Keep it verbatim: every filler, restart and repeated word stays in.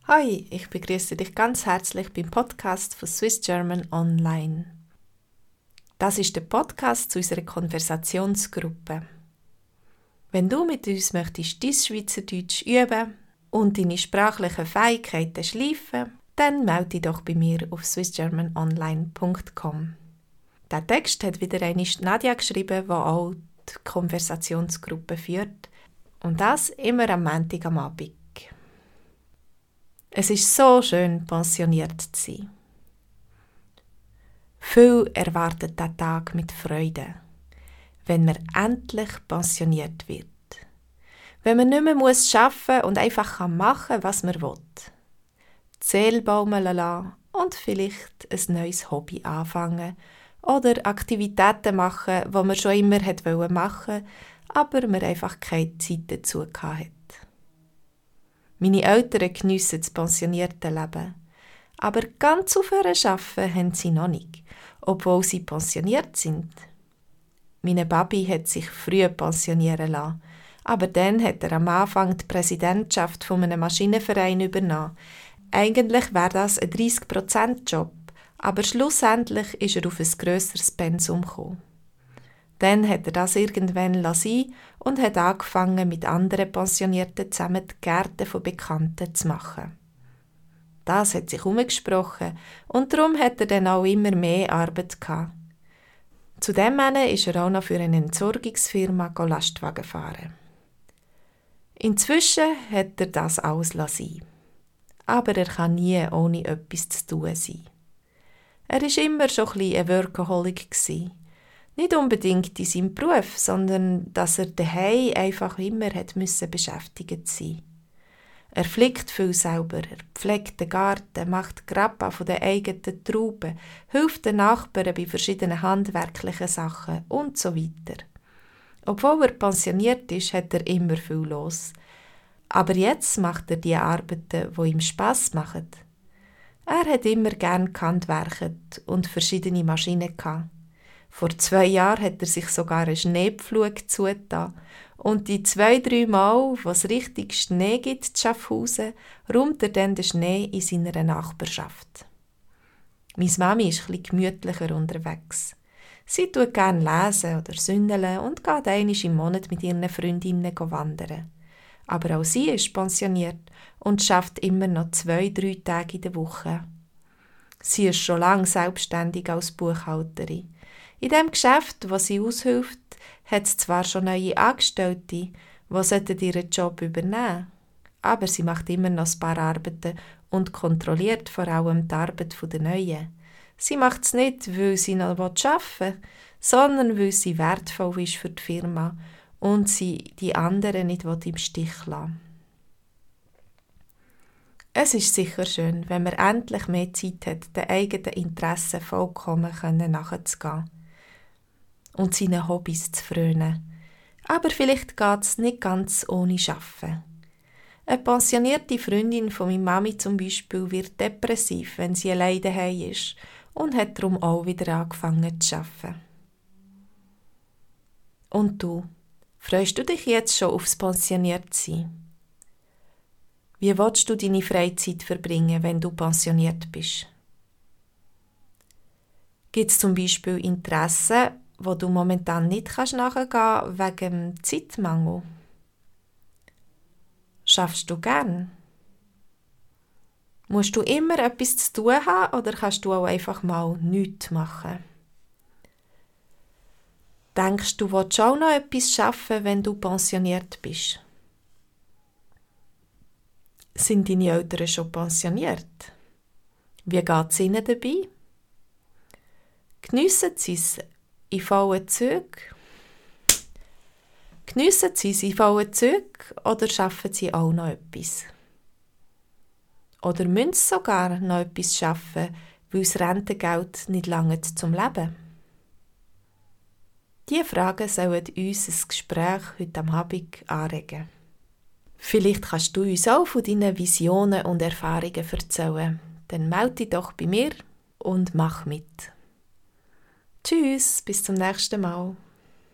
Hi, ich begrüße dich ganz herzlich beim Podcast von Swiss German Online. Das ist der Podcast zu unserer Konversationsgruppe. Wenn du mit uns möchtest dein Schweizerdeutsch üben und deine sprachlichen Fähigkeiten schleifen, dann melde dich doch bei mir auf swiss german online punkt com. Der Text hat wieder eine Nadja geschrieben, die auch die Konversationsgruppe führt. Und das immer am Montag am Abend. Es ist so schön, pensioniert zu sein. Viele erwarten diesen Tag mit Freude, wenn man endlich pensioniert wird. Wenn man nicht mehr muss arbeiten und einfach machen kann, was man will. Die Seele baumeln lassen und vielleicht ein neues Hobby anfangen oder Aktivitäten machen, die man schon immer machen wollte, aber man einfach keine Zeit dazu hatte. Meine Eltern geniessen das pensionierte Leben. Aber ganz aufhören zu arbeiten haben sie noch nicht, obwohl sie pensioniert sind. Meine Papi hat sich früh pensionieren lassen, aber dann hat er am Anfang die Präsidentschaft von einem Maschinenverein übernommen. Eigentlich wäre das ein dreißig Prozent Job, aber schlussendlich ist er auf ein grösseres Pensum gekommen. Dann hat er das irgendwann lassen und hat angefangen, mit anderen Pensionierten zusammen die Gärten von Bekannten zu machen. Das hat sich herumgesprochen und darum hat er dann auch immer mehr Arbeit gehabt. Zudem ist er auch noch für eine Entsorgungsfirma Lastwagen fahren. Inzwischen hat er das alles lassen. Aber er kann nie ohne etwas zu tun sein. Er war immer schon ein bisschen ein Workaholic gewesen. Nicht unbedingt in seinem Beruf, sondern dass er daheim einfach immer hat müssen beschäftigt sein. Er flickt viel selber, er pflegt den Garten, macht Grappa von den eigenen Trauben, hilft den Nachbarn bei verschiedenen handwerklichen Sachen und so weiter. Obwohl er pensioniert ist, hat er immer viel los. Aber jetzt macht er die Arbeiten, die ihm Spass machen. Er hat immer gern gehandwerkt und verschiedene Maschinen gehabt. Vor zwei Jahren hat er sich sogar einen Schneepflug zugetan. Und die zwei, drei Mal, wo es richtig Schnee gibt in Schaffhausen, räumt er dann den Schnee in seiner Nachbarschaft. Meine Mami ist etwas gemütlicher unterwegs. Sie tut gerne lesen oder sündeln und geht einmal im Monat mit ihren Freundinnen wandern. Aber auch sie ist pensioniert und schafft immer noch zwei, drei Tage in der Woche. Sie ist schon lange selbstständig als Buchhalterin. In dem Geschäft, wo sie aushilft, hat es zwar schon neue Angestellte, die ihren Job übernehmen, aber sie macht immer noch ein paar Arbeiten und kontrolliert vor allem die Arbeit der Neuen. Sie macht es nicht, weil sie noch arbeiten will, sondern weil sie wertvoll ist für die Firma und sie die anderen nicht im Stich lassen. Es ist sicher schön, wenn man endlich mehr Zeit hat, den eigenen Interessen vollkommen nachzugehen und seinen Hobbys zu frönen. Aber vielleicht geht es nicht ganz ohne Arbeiten. Eine pensionierte Freundin von meiner Mami zum Beispiel wird depressiv, wenn sie alleine daheim ist und hat darum auch wieder angefangen zu arbeiten. Und du, freust du dich jetzt schon aufs Pensioniertsein? Wie willst du deine Freizeit verbringen, wenn du pensioniert bist? Gibt es zum Beispiel Interessen, wo du momentan nicht nachgehen kannst wegen dem Zeitmangel? Schaffst du gern? Musst du immer etwas zu tun haben oder kannst du auch einfach mal nichts machen? Denkst du, du willst auch noch etwas schaffen, wenn du pensioniert bist? Sind deine Eltern schon pensioniert? Wie geht es ihnen dabei? Geniessen sie es in vollen Zügen? Geniessen sie es in vollen Zügen oder schaffen sie auch noch etwas? Oder müssen sie sogar noch etwas schaffen, weil das Rentengeld nicht lange zum Leben? Diese Fragen sollen uns ein Gespräch heute am Abend anregen. Vielleicht kannst du uns auch von deinen Visionen und Erfahrungen erzählen. Dann melde dich doch bei mir und mach mit. Tschüss, bis zum nächsten Mal.